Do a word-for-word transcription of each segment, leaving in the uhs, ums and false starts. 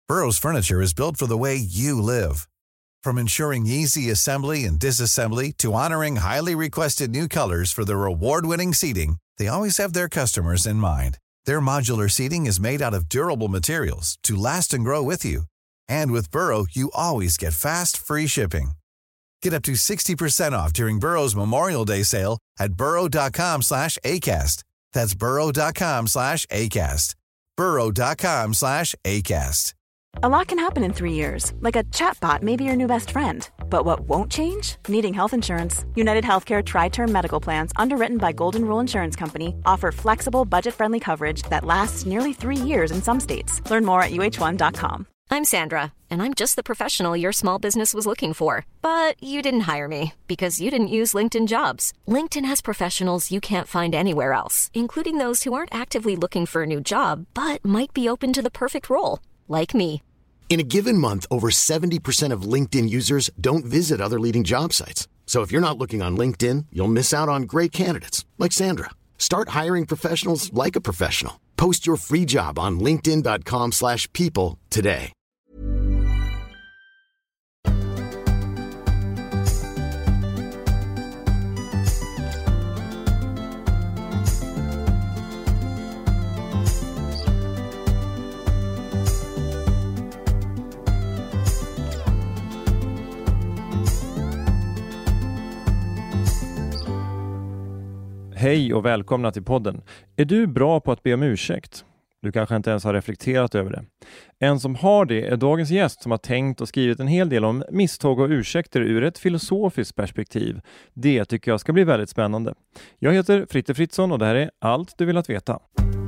Burrow's furniture is built for the way you live. From ensuring easy assembly and disassembly to honoring highly requested new colors for their award-winning seating, they always have their customers in mind. Their modular seating is made out of durable materials to last and grow with you. And with Burrow, you always get fast, free shipping. Get up to sixty percent off during Burrow's Memorial Day sale at burrow.com slash ACAST. That's burrow.com slash ACAST. burrow.com slash ACAST. A lot can happen in three years, like a chatbot may be your new best friend. But what won't change? Needing health insurance. United Healthcare Tri-Term Medical Plans, underwritten by Golden Rule Insurance Company, offer flexible, budget-friendly coverage that lasts nearly three years in some states. Learn more at U H one dot com. I'm Sandra, and I'm just the professional your small business was looking for. But you didn't hire me, because you didn't use LinkedIn Jobs. LinkedIn has professionals you can't find anywhere else, including those who aren't actively looking for a new job, but might be open to the perfect role, like me. In a given month, over seventy percent of LinkedIn users don't visit other leading job sites. So if you're not looking on LinkedIn, you'll miss out on great candidates like Sandra. Start hiring professionals like a professional. Post your free job on linkedin.com slash people today. Hej och välkomna till podden. Är du bra på att be om ursäkt? Du kanske inte ens har reflekterat över det. En som har det är dagens gäst som har tänkt och skrivit en hel del om misstag och ursäkter ur ett filosofiskt perspektiv. Det tycker jag ska bli väldigt spännande. Jag heter Fritte Fritzson och det här är Allt du vill att veta.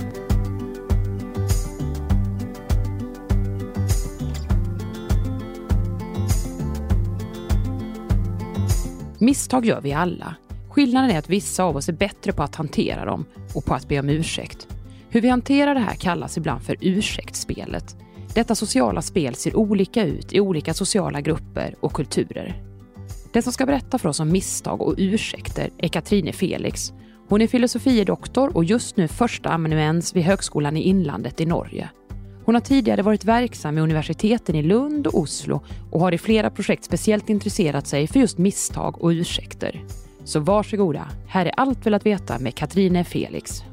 Misstag gör vi alla. Skillnaden är att vissa av oss är bättre på att hantera dem och på att be om ursäkt. Hur vi hanterar det här kallas ibland för ursäktspelet. Detta sociala spel ser olika ut i olika sociala grupper och kulturer. Den som ska berätta för oss om misstag och ursäkter är Katrine Felix. Hon är filosofiedoktor och just nu första amanuens vid Högskolan i Inlandet i Norge. Hon har tidigare varit verksam i universiteten i Lund och Oslo och har i flera projekt speciellt intresserat sig för just misstag och ursäkter. Så varsågoda, här är Allt vill att veta med Katrine Felix.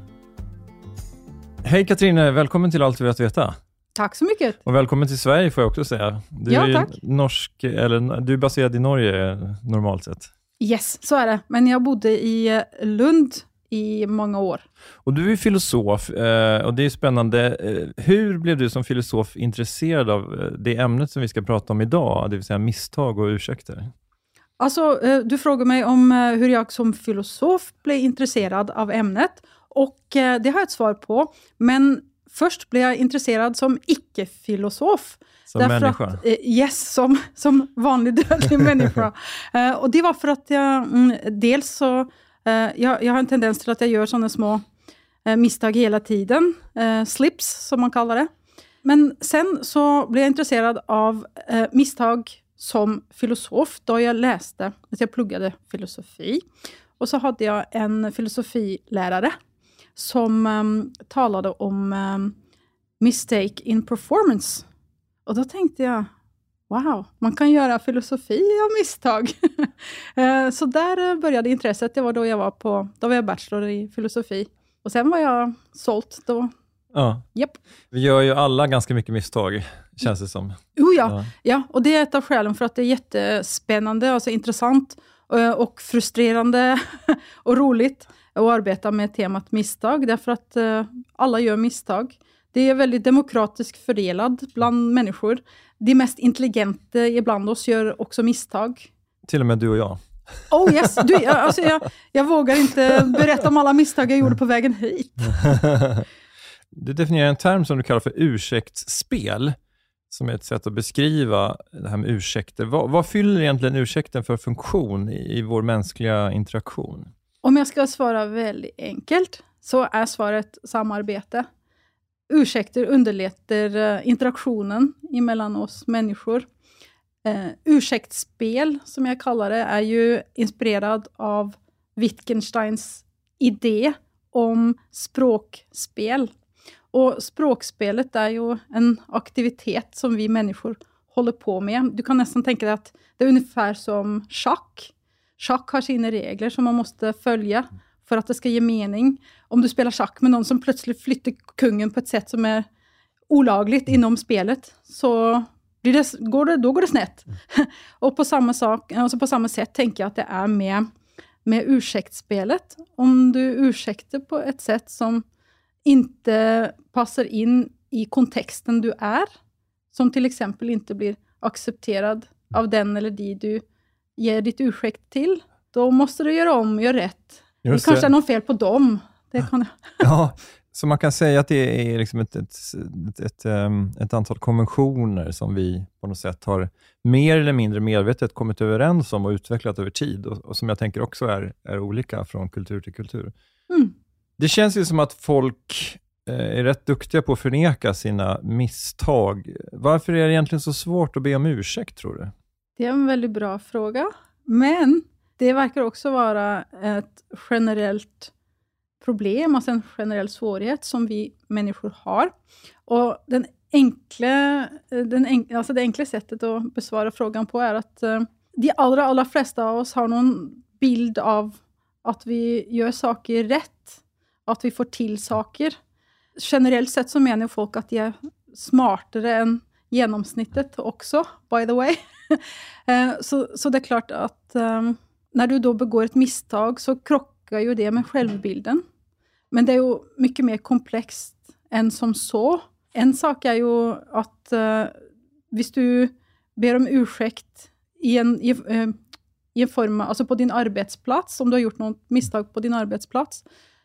Hej Katrine, välkommen till Allt du vill att veta. Tack så mycket. Och välkommen till Sverige får jag också säga. Du ja, är tack. norsk, eller du är baserad i Norge normalt sett. Yes, så är det. Men jag bodde i Lund i många år. Och du är filosof och det är spännande. Hur blev du som filosof intresserad av det ämnet som vi ska prata om idag, det vill säga misstag och ursäkter? Alltså, du frågar mig om hur jag som filosof blev intresserad av ämnet. Och det har jag ett svar på. Men först blev jag intresserad som icke-filosof. Som människa? Att, yes, som, som vanlig dödlig människa. Och det var för att jag, dels så, jag, jag har en tendens till att jag gör sådana små misstag hela tiden. Slips, som man kallar det. Men sen så blev jag intresserad av misstag som filosof då jag läste, att jag pluggade filosofi. Och så hade jag en filosofilärare som um, talade om um, mistake in performance. Och då tänkte jag, wow, man kan göra filosofi av misstag. uh, så där började intresset. Det var då jag var på, då var jag bachelor i filosofi. Och sen var jag sålt då. Ja. Yep. Vi gör ju alla ganska mycket misstag, känns det som. Oh ja. Ja. ja, och det är ett av skälen för att det är jättespännande, alltså intressant och frustrerande och roligt att arbeta med temat misstag. Därför att alla gör misstag. Det är väldigt demokratiskt fördelad bland människor. De mest intelligenta ibland oss gör också misstag. Till och med du och jag. Oh yes, du, jag, alltså jag, jag vågar inte berätta om alla misstag jag gjorde på vägen hit. Du definierar en term som du kallar för ursäktsspel, som är ett sätt att beskriva det här med ursäkter. Vad, vad fyller egentligen ursäkten för funktion i, i vår mänskliga interaktion? Om jag ska svara väldigt enkelt så är svaret samarbete. Ursäkter underlättar interaktionen mellan oss människor. Uh, ursäktsspel, som jag kallar det, är ju inspirerad av Wittgensteins idé om språkspel. Och språkspelet är ju en aktivitet som vi människor håller på med. Du kan nästan tänka dig att det är ungefär som schack. Schack har sina regler som man måste följa för att det ska ge mening. Om du spelar schack med någon som plötsligt flyttar kungen på ett sätt som är olagligt inom spelet, så blir det, går det, då går det snett. Och på samma, sak, alltså på samma sätt tänker jag att det är med, med ursäktsspelet. Om du ursäkter på ett sätt som inte passar in i kontexten du är, som till exempel inte blir accepterad av den eller de du ger ditt ursäkt till, då måste du göra om och göra rätt. Just det kanske det. Är någon fel på dem. Det kan... Ja, så man kan säga att det är liksom ett, ett, ett, ett, ett antal konventioner som vi på något sätt har mer eller mindre medvetet kommit överens om och utvecklat över tid, och, och som jag tänker också är, är olika från kultur till kultur. Mm. Det känns ju som att folk är rätt duktiga på att förneka sina misstag. Varför är det egentligen så svårt att be om ursäkt, tror du? Det är en väldigt bra fråga. Men det verkar också vara ett generellt problem, alltså en generell svårighet som vi människor har. Och den enkla, den enkla, alltså det enkla sättet att besvara frågan på är att uh, de allra, allra flesta av oss har någon bild av att vi gör saker rätt. Att vi får till saker. Generellt sett så menar folk att de är smartare än genomsnittet också, by the way. så, så det är klart att um, när du då begår ett misstag så krockar ju det med självbilden. Men det är ju mycket mer komplext än som så. En sak är ju att uh, hvis du ber om ursäkt i en, i, uh, i en form, alltså på din arbetsplats, om du har gjort något misstag på din arbetsplats,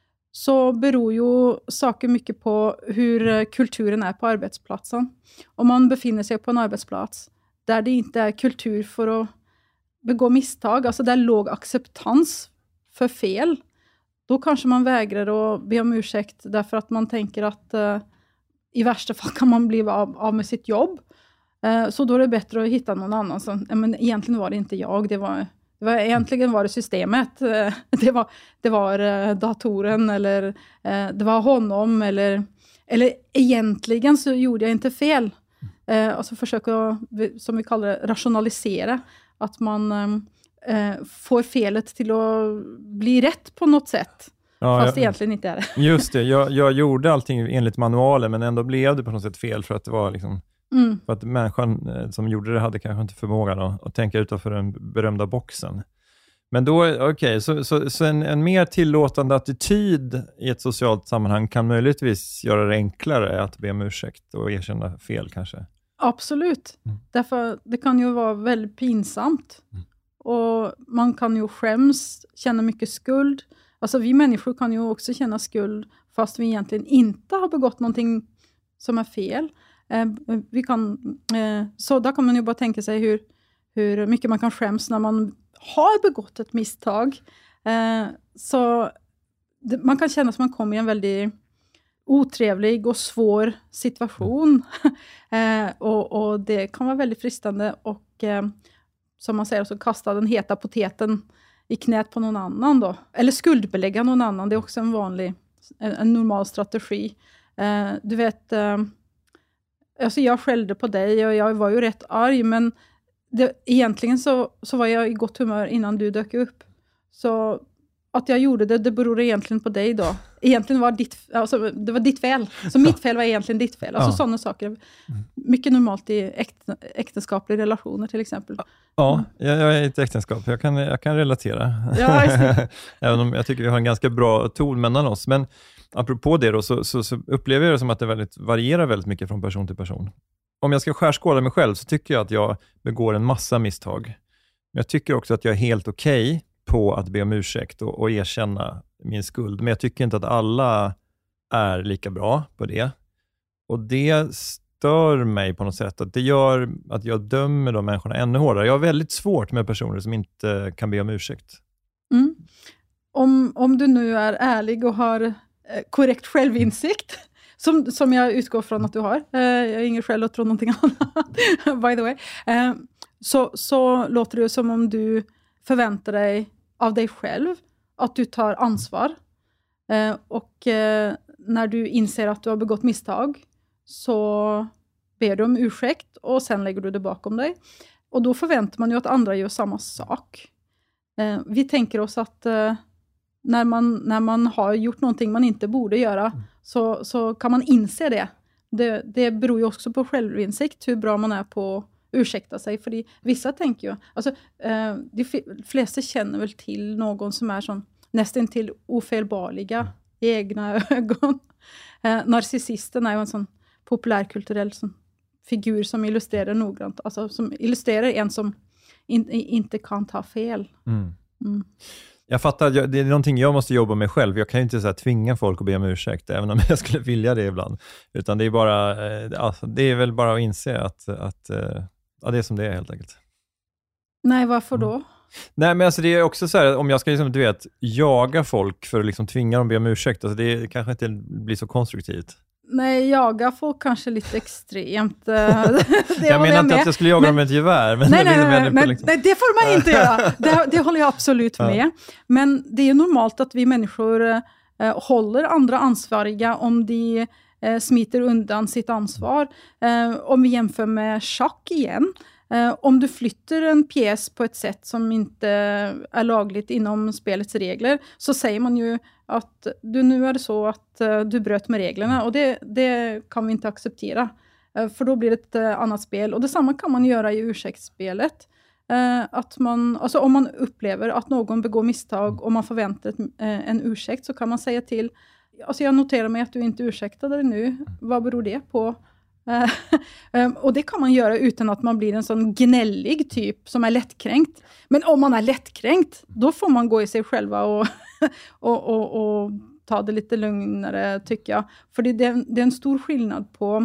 så beror ju saker mycket på hur kulturen är på arbetsplatsen. Om man befinner sig på en arbetsplats där det inte är kultur för att begå misstag, alltså det är låg acceptans för fel, då kanske man vägrar att be om ursäkt därför att man tänker att uh, i värsta fall kan man bli av, av med sitt jobb. Uh, så då är det bättre att hitta någon annan som, men egentligen var det inte jag, det var... Det var, egentligen var det systemet, det var, det var datoren eller det var honom eller, eller egentligen så gjorde jag inte fel. Alltså försöka, som vi kallar det, rationalisera. Att man eh, får felet till att bli rätt på något sätt. Ja, fast jag, egentligen inte är det. Just det, jag, jag gjorde allting enligt manualen men ändå blev det på något sätt fel för att det var liksom... Mm. För att människan som gjorde det hade kanske inte förmågan att, att tänka utanför den berömda boxen. Men då, okej, okay, så, så, så en, en mer tillåtande attityd i ett socialt sammanhang kan möjligtvis göra det enklare att be om ursäkt och erkänna fel kanske? Absolut. Mm. Därför det kan ju vara väldigt pinsamt. Mm. Och man kan ju skäms, känna mycket skuld. Alltså vi människor kan ju också känna skuld fast vi egentligen inte har begått någonting som är fel. Eh, vi kan, eh, så där kan man ju bara tänka sig hur, hur mycket man kan skäms när man har begått ett misstag. Eh, så det, man kan känna att man kommer i en väldigt otrevlig och svår situation. eh, och, och det kan vara väldigt fristande och eh, som man säger så kasta den heta poteten i knät på någon annan då. Eller skuldbelägga någon annan. Det är också en vanlig, en, en normal strategi. Eh, du vet... Eh, Alltså jag skällde på dig och jag var ju rätt arg, men det, egentligen så, så var jag i gott humör innan du dök upp. Så att jag gjorde det, det beror egentligen på dig då. Egentligen var ditt, alltså, det var ditt fel. Så mitt fel var egentligen ditt fel. Alltså ja. Sådana saker. Mycket normalt i äkt, äktenskapliga relationer till exempel. Ja, jag, jag är i ett äktenskap. Jag kan, jag kan relatera. Ja, även om jag tycker vi har en ganska bra ton mellan oss. Men apropå det då, så, så, så upplever jag det som att det väldigt, varierar väldigt mycket från person till person. Om jag ska skärskåda mig själv så tycker jag att jag begår en massa misstag. Men jag tycker också att jag är helt okej okay på att be om ursäkt och, och erkänna min skuld. Men jag tycker inte att alla är lika bra på det. Och det stör mig på något sätt. Att det gör att jag dömer de människorna ännu hårdare. Jag har väldigt svårt med personer som inte kan be om ursäkt. Mm. Om, om du nu är ärlig och har eh, korrekt självinsikt, som, som jag utgår från att du har. Eh, jag har ingen skäl att tro någonting annat, by the way. Eh, så, så låter det som om du förväntar dig av dig själv att du tar ansvar. Eh, och eh, när du inser att du har begått misstag så ber du om ursäkt och sen lägger du det bakom dig. Och då förväntar man ju att andra gör samma sak. Eh, vi tänker oss att eh, när, man, när man har gjort någonting man inte borde göra mm. så, så kan man inse det. det. Det beror ju också på självinsikt hur bra man är på att ursäkta sig. För vissa tänker ju, alltså, eh, de flesta känner väl till någon som är som nästan till ofelbarliga mm. i egna ögon. Eh, narcissisten är ju en sån populärkulturell sån figur som illustrerar noggrant. Alltså som illustrerar en som in, inte kan ta fel. Mm. Mm. Jag fattar, det är någonting jag måste jobba med själv. Jag kan ju inte så här, tvinga folk att be om ursäkt, även om jag skulle vilja det ibland. Utan det är bara, alltså, det är väl bara att inse att, att ja, det är som det är helt enkelt. Nej, varför då? Mm. Nej, men alltså det är också så här, om jag ska liksom, du vet, jaga folk för att liksom tvinga dem att be om ursäkt, alltså det kanske inte blir så konstruktivt. Nej, jaga får kanske lite extremt. det jag menar inte att jag skulle jaga men, dem med ett gevär. Men nej, nej, nej, nej, nej, liksom. nej, det får man inte göra. Det, det håller jag absolut med. Ja. Men det är normalt att vi människor eh, håller andra ansvariga om de eh, smiter undan sitt ansvar. Eh, om vi jämför med schack igen. Eh, om du flyttar en pjäs på ett sätt som inte är lagligt inom spelets regler så säger man ju att du, nu är det så att uh, du bröt med reglerna och det, det kan vi inte acceptera. Uh, för då blir det ett uh, annat spel. Och detsamma kan man göra i ursäktsspelet. Uh, att man, alltså om man upplever att någon begår misstag och man förväntar ett, uh, en ursäkt så kan man säga till, alltså jag noterar mig att du inte ursäktade dig nu. Vad beror det på? Uh, um, och det kan man göra utan att man blir en sån gnällig typ som är lättkränkt. Men om man är lättkränkt, då får man gå i sig själva och, och, och, och ta det lite lugnare tycker jag. För det, det, är, det är en stor skillnad på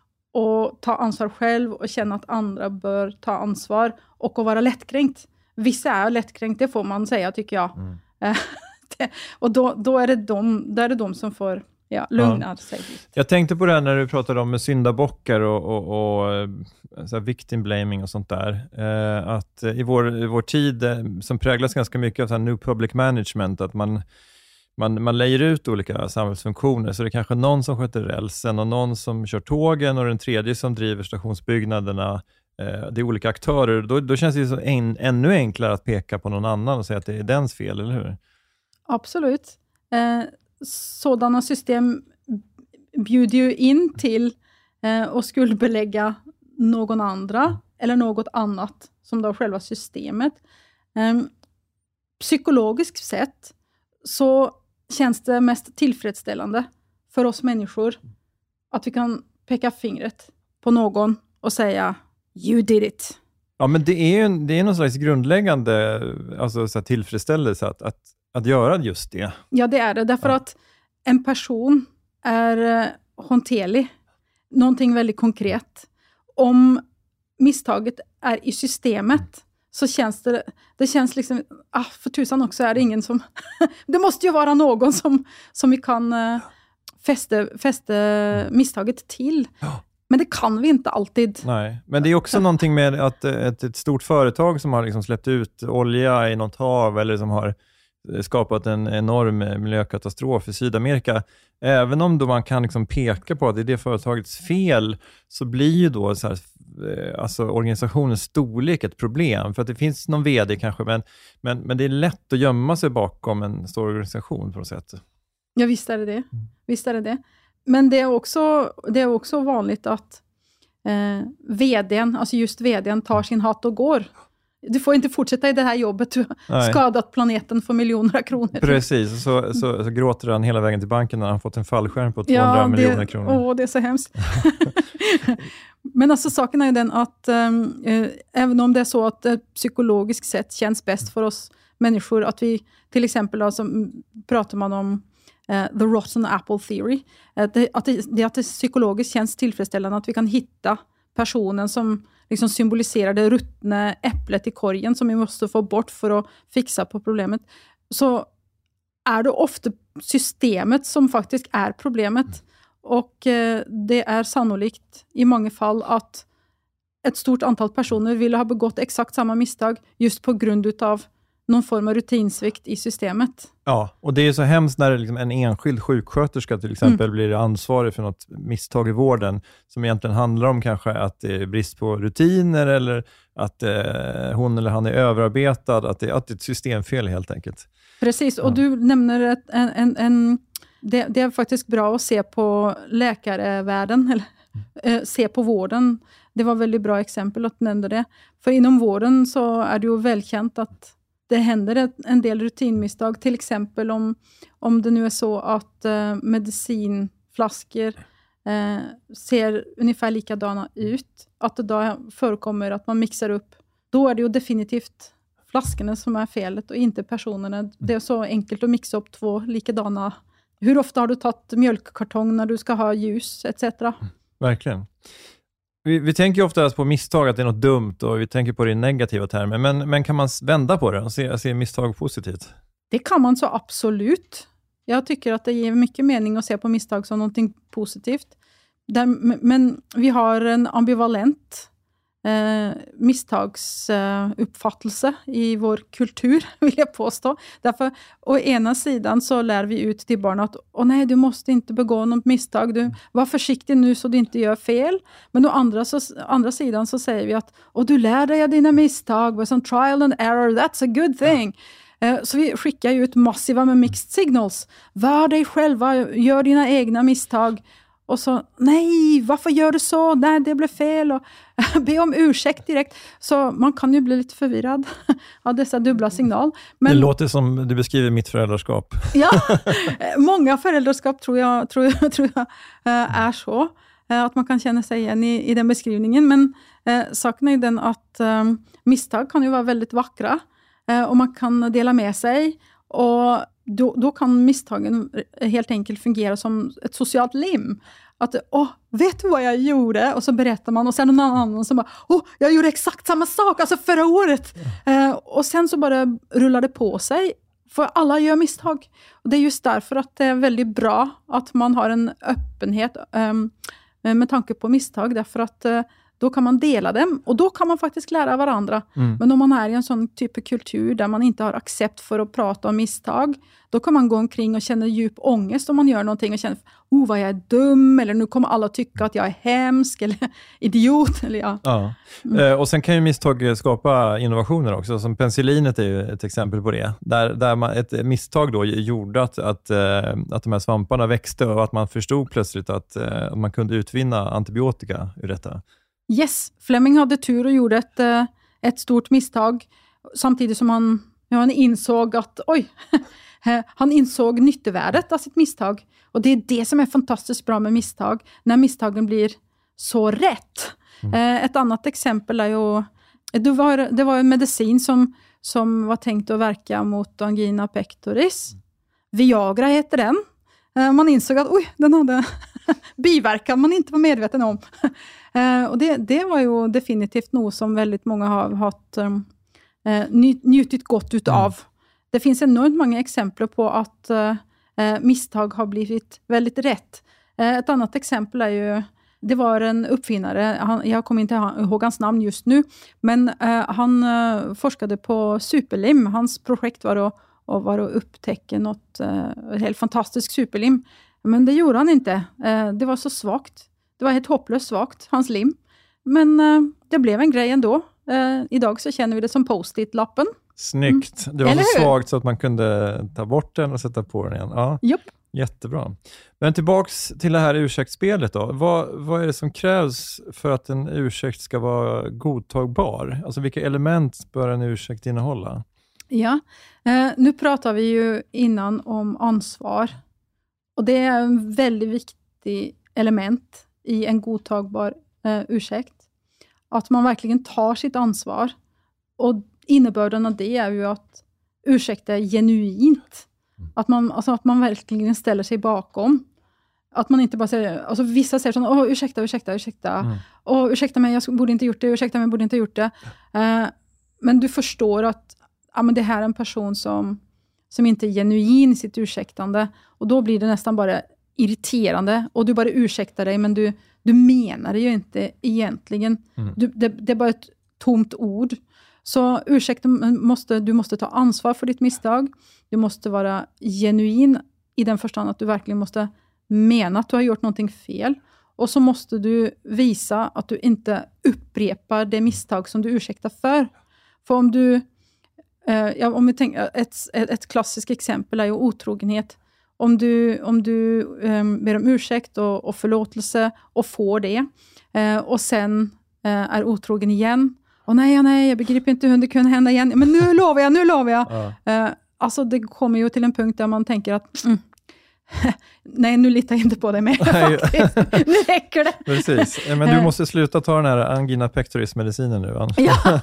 att ta ansvar själv och känna att andra bör ta ansvar och att vara lättkränkt. Vissa är lättkränkt, det får man säga tycker jag. Mm. det, och då, då, är det de, då är det de som får... Ja, lugna ja. sig. Jag tänkte på det här när du pratade om syndabockar och, och, och så här victim blaming och sånt där. Eh, att i vår, i vår tid eh, som präglas ganska mycket av så här new public management, att man, man, man lejer ut olika samhällsfunktioner. Så det är kanske någon som sköter rälsen och någon som kör tågen och den tredje som driver stationsbyggnaderna. Eh, det är olika aktörer. Då, då känns det så en, ännu enklare att peka på någon annan och säga att det är dens fel, eller hur? Absolut. Eh, Sådana system bjuder ju in till eh, att skuldbelägga någon andra eller något annat som då själva systemet. Eh, psykologiskt sett så känns det mest tillfredsställande för oss människor att vi kan peka fingret på någon och säga you did it. Ja, men det är ju det är någon slags grundläggande alltså, så här, tillfredsställelse att, att, att göra just det. Ja, det är det. Därför ja. att en person är uh, hanterlig. Någonting väldigt konkret. Om misstaget är i systemet så känns det, det känns liksom, ah, för tusan också är det ingen som, det måste ju vara någon som, som vi kan uh, fästa, fästa misstaget till. Ja. Men det kan vi inte alltid. Nej, men det är också någonting med att ett, ett stort företag som har liksom släppt ut olja i något hav eller som har skapat en enorm miljökatastrof i Sydamerika. Även om då man kan liksom peka på att det är det företagets fel så blir ju då så här, alltså organisationens storlek ett problem. För att det finns någon vd kanske, men, men, men det är lätt att gömma sig bakom en stor organisation på något sätt. Ja, visst är det det. Visst är det det. Men det är också, det är också vanligt att eh, vdn, alltså just vdn tar sin hatt och går. Du får inte fortsätta i det här jobbet. Du har skadat planeten för miljoner kronor. Precis, så, så, så gråter han hela vägen till banken när han fått en fallskärm på tvåhundra ja, det, miljoner kronor. Åh, det är så hemskt. Men alltså saken är ju den att um, eh, även om det är så att det psykologiskt sett känns bäst för oss människor att vi till exempel alltså, pratar man om uh, the rotten apple theory. Uh, det, att, det, det, att det psykologiskt känns tillfredsställande att vi kan hitta personen som liksom symboliserar det ruttna äpplet i korgen som vi måste få bort för att fixa på problemet. Så är det ofta systemet som faktiskt är problemet. Och eh, det är sannolikt i många fall att ett stort antal personer ville ha begått exakt samma misstag just på grund av någon form av rutinsvikt i systemet. Ja, och det är så hemskt när liksom en enskild sjuksköterska till exempel Mm. blir ansvarig för något misstag i vården som egentligen handlar om kanske att det är brist på rutiner eller att eh, hon eller han är överarbetad, att det, att det är ett systemfel helt enkelt. Precis, och Ja. du nämner ett, en... en, en det, det är faktiskt bra att se på läkarvärlden, eller eh, se på vården. Det var väldigt bra exempel att nämna det. För inom vården så är det ju välkänt att det händer ett, en del rutinmisstag. Till exempel om, om det nu är så att eh, medicinflaskor eh, ser ungefär likadana ut. Att det då förekommer att man mixar upp. Då är det ju definitivt flaskorna som är felet och inte personerna. Det är så enkelt att mixa upp två likadana. Hur ofta har du tagit mjölkkartong när du ska ha ljus et cetera? Verkligen. Vi, vi tänker ju ofta på misstag att det är något dumt och vi tänker på det i negativa termer. Men, men kan man vända på det och se, se misstag positivt? Det kan man så absolut. Jag tycker att det ger mycket mening att se på misstag som någonting positivt. Där, men vi har en ambivalent eh, misstagsuppfattelse eh, i vår kultur, vill jag påstå. Därför, å ena sidan så lär vi ut till barn att åh nej, du måste inte begå något misstag. Du, var försiktig nu så du inte gör fel. Men å andra, så, andra sidan så säger vi att åh, du lär dig av dina misstag. Som trial and error, that's a good thing. Eh, så vi skickar ut massiva med mixed signals. Var dig själva, gör dina egna misstag. Och så, nej, varför gör du så? Nej, det blev fel. Och be om ursäkt direkt. Så man kan ju bli lite förvirrad av dessa dubbla signal. Men, det låter som du beskriver mitt föräldraskap. Ja, många föräldraskap tror jag, tror jag, tror jag är så. Att man kan känna sig igen i, i den beskrivningen. Men eh, saken är den att eh, misstag kan ju vara väldigt vackra. Eh, och man kan dela med sig. Och Då, då kan misstagen helt enkelt fungera som ett socialt lim. Att, åh, vet du vad jag gjorde? Och så berättar man och sen någon annan som bara, åh, jag gjorde exakt samma sak, alltså förra året. Mm. Eh, och sen så bara rullar det på sig. För alla gör misstag. Och det är just därför att det är väldigt bra att man har en öppenhet eh, med tanke på misstag. Därför att eh, då kan man dela dem och då kan man faktiskt lära varandra. Mm. Men om man är i en sån typ av kultur där man inte har accept för att prata om misstag, då kan man gå omkring och känna djup ångest om man gör någonting och känner, oh vad jag är dum, eller nu kommer alla tycka att jag är hemsk eller idiot. Eller ja. Ja. Mm. Eh, och sen kan ju misstag skapa innovationer också, som penicillinet är ju ett exempel på det. Där, där man, ett misstag då gjorde att, att, att de här svamparna växte och att man förstod plötsligt att, att man kunde utvinna antibiotika ur detta. Yes, Fleming hade tur och gjorde ett, ett stort misstag samtidigt som han, ja, han insåg att oj, han insåg nyttevärdet av sitt misstag. Och det är det som är fantastiskt bra med misstag, när misstagen blir så rätt. Mm. Ett annat exempel är ju, det var, det var en medicin som, som var tänkt att verka mot angina pectoris. Viagra heter den. Man insåg att oj, den hade biverkan man inte var medveten om. Uh, och det, det var ju definitivt något som väldigt många har haft um, uh, njutit gott utav. Mm. Det finns enormt många exempel på att uh, uh, misstag har blivit väldigt rätt. Uh, ett annat exempel är ju, det var en uppfinnare, han, jag kommer inte ihåg hans namn just nu, men uh, han uh, forskade på superlim. Hans projekt var att, var att upptäcka något uh, helt fantastiskt superlim. Men det gjorde han inte. Uh, det var så svagt. Det var helt hopplöst svagt, hans lim. Men uh, det blev en grej ändå. Uh, idag så känner vi det som post-it-lappen. Snyggt. Det var Eller så hur? svagt så att man kunde ta bort den och sätta på den igen. Ja. Jupp. Jättebra. Men tillbaks till det här ursäktspelet då. Vad, vad är det som krävs för att en ursäkt ska vara godtagbar? Alltså vilka element bör en ursäkt innehålla? Ja, uh, nu pratar vi ju innan om ansvar. Och det är en väldigt viktig element i en godtagbar eh, ursäkt. Att man verkligen tar sitt ansvar. Och innebörden av det är ju att ursäkta är genuint. Att man, alltså att man verkligen ställer sig bakom. Att man inte bara säger, alltså vissa säger sådana, åh ursäkta, ursäkta, ursäkta. Mm. Åh ursäkta mig, jag borde inte gjort det, ursäkta mig, jag borde inte gjort det. Eh, men du förstår att ja, men det här är en person som, som inte är genuin i sitt ursäktande. Och då blir det nästan bara irriterande. Och du bara ursäktar dig, men du, du menar det ju inte egentligen. Mm. Du, det, det är bara ett tomt ord. Så ursäkta, måste, du måste ta ansvar för ditt misstag. Du måste vara genuin i den förstånd att du verkligen måste mena att du har gjort någonting fel. Och så måste du visa att du inte upprepar det misstag som du ursäktar för. För om du, eh, ja, om vi tänker, ett, ett, ett klassiskt exempel är ju otrogenhet. Om du, om du eh, ber om ursäkt och, och förlåtelse och får det. Eh, och sen eh, är otrogen igen. Och nej, nej, jag begriper inte hur det kunde hända igen. Men nu lovar jag, nu lovar jag. Ja. Eh, alltså det kommer ju till en punkt där man tänker att mm, nej, nu litar jag inte på dig mer faktiskt. Nu räcker det. Precis. Men du måste sluta ta den här angina pectoris-medicinen nu. ja.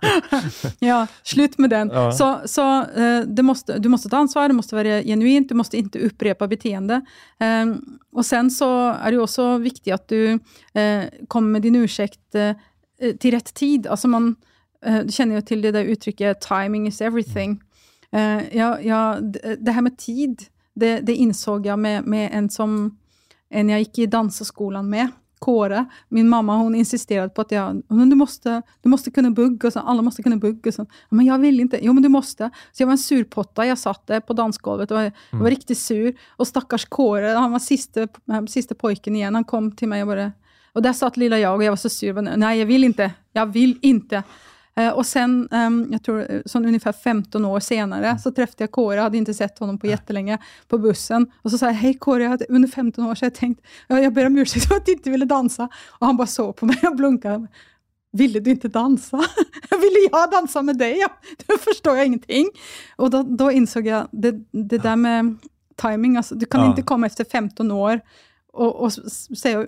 ja, slut med den. Ja. Så, så uh, det måste, du måste ta ansvar, det måste vara genuint, du måste inte upprepa beteende. Um, och sen så är det också viktigt att du uh, kommer med din ursäkt uh, till rätt tid. Alltså man uh, du känner ju till det där uttrycket timing is everything. Uh, ja, ja, det här med tid, Det, det insåg jag med, med en som en jag gick i dansskolan med, Kåre. Min mamma, hon insisterade på att jag, du måste, du måste kunna bugga, och så, alla måste kunna bugga. Och så. Men jag vill inte, jo men du måste. Så jag var en surpotta, jag satt där på dansgolvet och jag var mm. riktigt sur. Och stackars Kåre, han var sista, sista pojken igen, han kom till mig och bara, och där satt lilla jag och jag var så sur. Nej, jag vill inte, jag vill inte. Uh, och sen, um, jag tror, som ungefär femton år senare mm. så träffade jag Kåre. Jag hade inte sett honom på jättelänge på bussen. Och så sa jag, hej Kåre, jag hade, under femton år så jag tänkt, ja, jag ber om ursäkt för att jag inte ville dansa. Och han bara såg på mig och blunkade. Ville du inte dansa? Ville jag dansa med dig? Ja, då förstår jag ingenting. Och då, då insåg jag, det, det där med timing, alltså, du kan ja. inte komma efter femton år och, och säga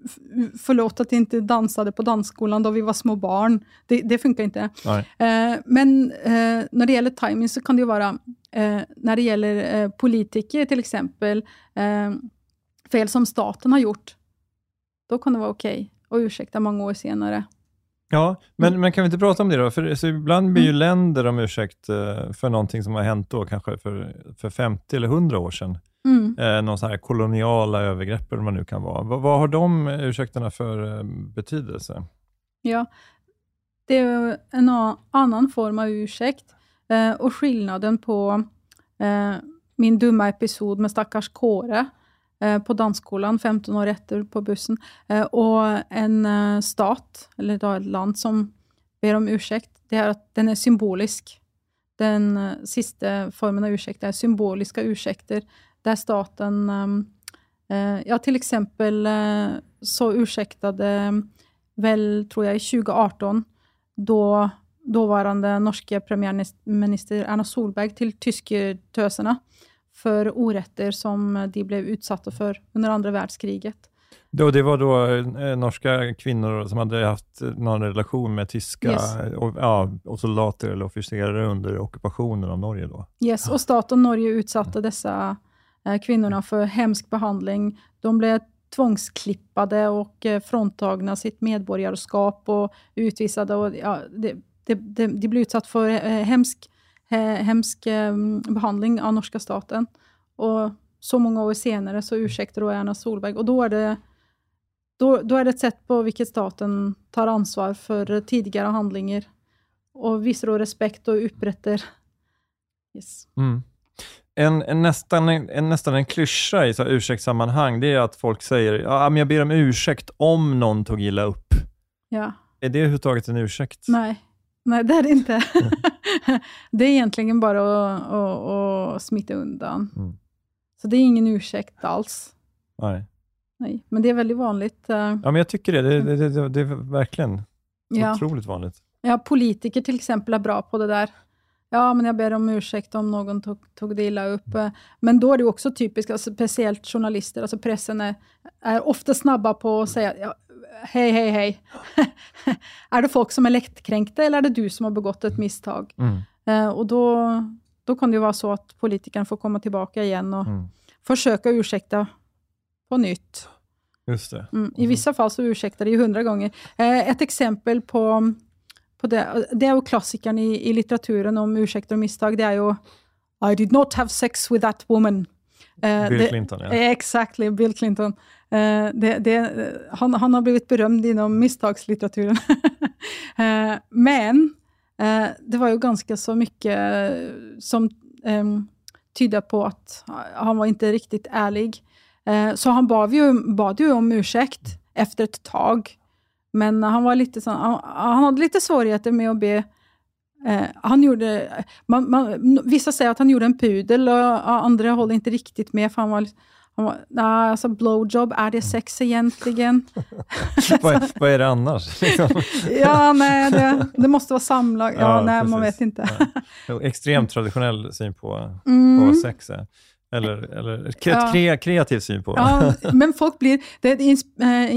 förlåt att jag inte dansade på dansskolan då vi var små barn. Det, det funkar inte. Eh, men eh, när det gäller timing så kan det ju vara eh, när det gäller eh, politiker till exempel eh, fel som staten har gjort. Då kan det vara okej och ursäkta många år senare. Ja, men, mm. men kan vi inte prata om det då? För så ibland blir ju mm. länder om ursäkt eh, för någonting som har hänt då kanske för, för femtio eller hundra år sedan. Mm. Eh, någon sån här koloniala övergrepp eller vad man nu kan vara. V- vad har de ursäkterna för eh, betydelse? Ja, det är en a- annan form av ursäkt. Eh, och skillnaden på eh, min dumma episod med stackars Kåre eh, på dansskolan femton år efter på bussen eh, och en eh, stat eller då ett land som ber om ursäkt. Det är att den är symbolisk. Den eh, sista formen av ursäkt är symboliska ursäkter. Där staten, eh, ja till exempel eh, så ursäktade väl tror jag i tjugo arton då dåvarande norska premiärminister Erna Solberg till tyskertöserna för orätter som de blev utsatta för under andra världskriget. Då, det var då eh, norska kvinnor som hade haft någon relation med tyska yes. och, ja, och soldater eller officerare under ockupationen av Norge då. Yes, och staten Norge utsatte dessa kvinnorna för hemsk behandling. De blev tvångsklippade och fråntagna sitt medborgarskap och utvisade. Och, ja, det, det, det, de blev utsatt för hemsk, hemsk behandling av norska staten. Och så många år senare så ursäktar då Erna Solberg. Och då är, det, då, då är det ett sätt på vilket staten tar ansvar för tidigare handlingar. Och visar då respekt och upprättar. Yes. Mm. En, en, nästan, en nästan en klyscha i så här ursäktssammanhang, det är att folk säger ja, men jag ber om ursäkt om någon tog illa upp. Ja. Är det överhuvudtaget en ursäkt? Nej, Nej det är det inte. Det är egentligen bara att, att, att smita undan. Mm. Så det är ingen ursäkt alls. Nej. Nej, men det är väldigt vanligt. Ja, men jag tycker det. Det, det, det, det är verkligen ja. otroligt vanligt. Ja, politiker till exempel är bra på det där. Ja, men jag ber om ursäkt om någon tog, tog det illa upp. Mm. Men då är det också typiskt, alltså, speciellt journalister, alltså pressen är, är ofta snabba på att säga ja, hej, hej, hej. Är det folk som är lättkränkta eller är det du som har begått ett misstag? Mm. Uh, och då, då kan det ju vara så att politikern får komma tillbaka igen och mm. försöka ursäkta på nytt. Just det. Mm. I vissa fall så ursäktar det ju hundra gånger. Uh, ett exempel på Det, det är ju klassikern i, i litteraturen om ursäkter och misstag. Det är ju I did not have sex with that woman. Uh, Bill det, Clinton, ja. Exactly, Bill Clinton. Uh, det, det, han, han har blivit berömd inom misstagslitteraturen. uh, men Eh, det var ju ganska så mycket som eh, tydde på att han var inte riktigt ärlig. Eh, så han bad ju, bad ju om ursäkt efter ett tag. Men han var lite så, han, han hade lite svårigheter med att be. Eh, han gjorde, man, man, vissa säger att han gjorde en pudel och andra håller inte riktigt med, för han var, han var nah, alltså blowjob, är det sex egentligen? vad, vad är det annars? ja, nej, det, det måste vara samlag. Ja, ja nej, precis. Man vet inte. ja. Extremt traditionell syn på, mm. på sex. Eller, eller kre, ja. kreativ syn på. Ja, men folk blir, det är ins,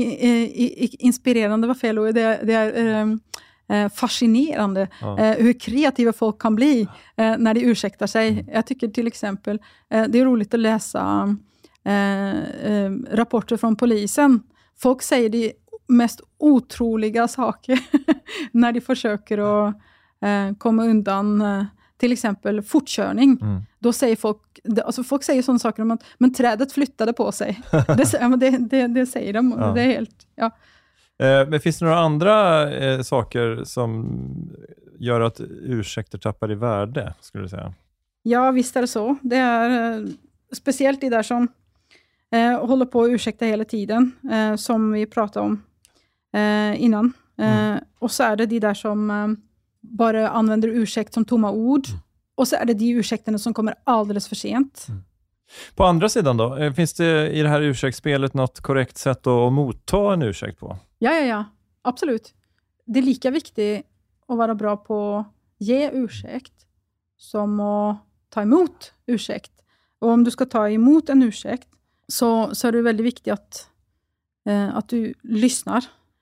äh, inspirerande, vad fel ord, det, det är äh, fascinerande ja. äh, hur kreativa folk kan bli äh, när de ursäktar sig. Mm. Jag tycker till exempel, äh, det är roligt att läsa äh, äh, rapporter från polisen. Folk säger de mest otroliga saker när de försöker att äh, komma undan äh, till exempel fortkörning. Mm. Då säger folk, alltså folk säger sådana saker om att men trädet flyttade på sig. det, det, det, det säger de. Ja. Det är helt, ja. eh, men finns det några andra eh, saker som gör att ursäkter tappar i värde, skulle du säga? Ja, visst är det så. Det är eh, speciellt de där som eh, håller på att ursäkta hela tiden, eh, som vi pratade om eh, innan. Eh, mm. Och så är det de där som eh, bara använder ursäkt som tomma ord. Mm. Och så är det de ursäkterna som kommer alldeles för sent. Mm. På andra sidan då? Finns det i det här ursäktsspelet något korrekt sätt att motta en ursäkt på? Ja, ja, ja. Absolut. Det är lika viktigt att vara bra på att ge ursäkt som att ta emot ursäkt. Och om du ska ta emot en ursäkt så, så är det väldigt viktigt att, eh, att du lyssnar.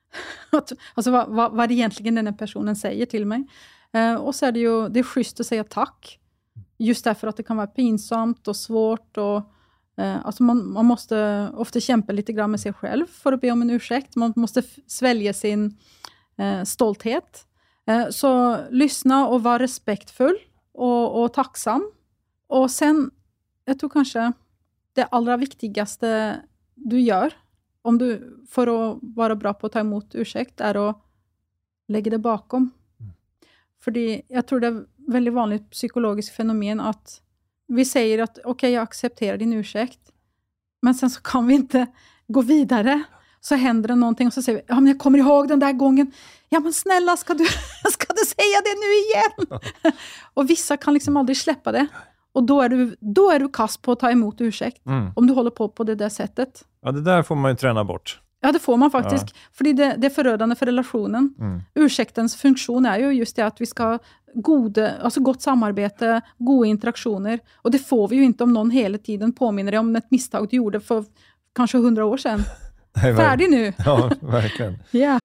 alltså vad, vad, vad egentligen den här personen säger till mig. Uh, och så är det ju det är schysst att säga tack. Just därför att det kan vara pinsamt och svårt. Och, uh, alltså man, man måste ofta kämpa lite grann med sig själv för att be om en ursäkt. Man måste f- svälja sin uh, stolthet. Uh, så lyssna och vara respektfull och, och tacksam. Och sen, jag tror kanske det allra viktigaste du gör om du, för att vara bra på att ta emot ursäkt, är att lägga det bakom. För det, jag tror det är väldigt vanligt psykologiskt fenomen att vi säger att okej, okay, jag accepterar din ursäkt. Men sen så kan vi inte gå vidare. Så händer det någonting och så säger vi, ja men jag kommer ihåg den där gången. Ja men snälla, ska du, ska du säga det nu igen? Och vissa kan liksom aldrig släppa det. Och då är du, då är du kast på att ta emot ursäkt. Mm. Om du håller på på det där sättet. Ja, det där får man ju träna bort. Ja, det får man faktiskt. Ja. För det, det är förödande för relationen. Mm. Ursäktens funktion är ju just det att vi ska ha goda, alltså gott samarbete, goda interaktioner. Och det får vi ju inte om någon hela tiden påminner dig om ett misstag du gjorde för kanske hundra år sedan. Nej, färdig nu. Ja, verkligen. Yeah.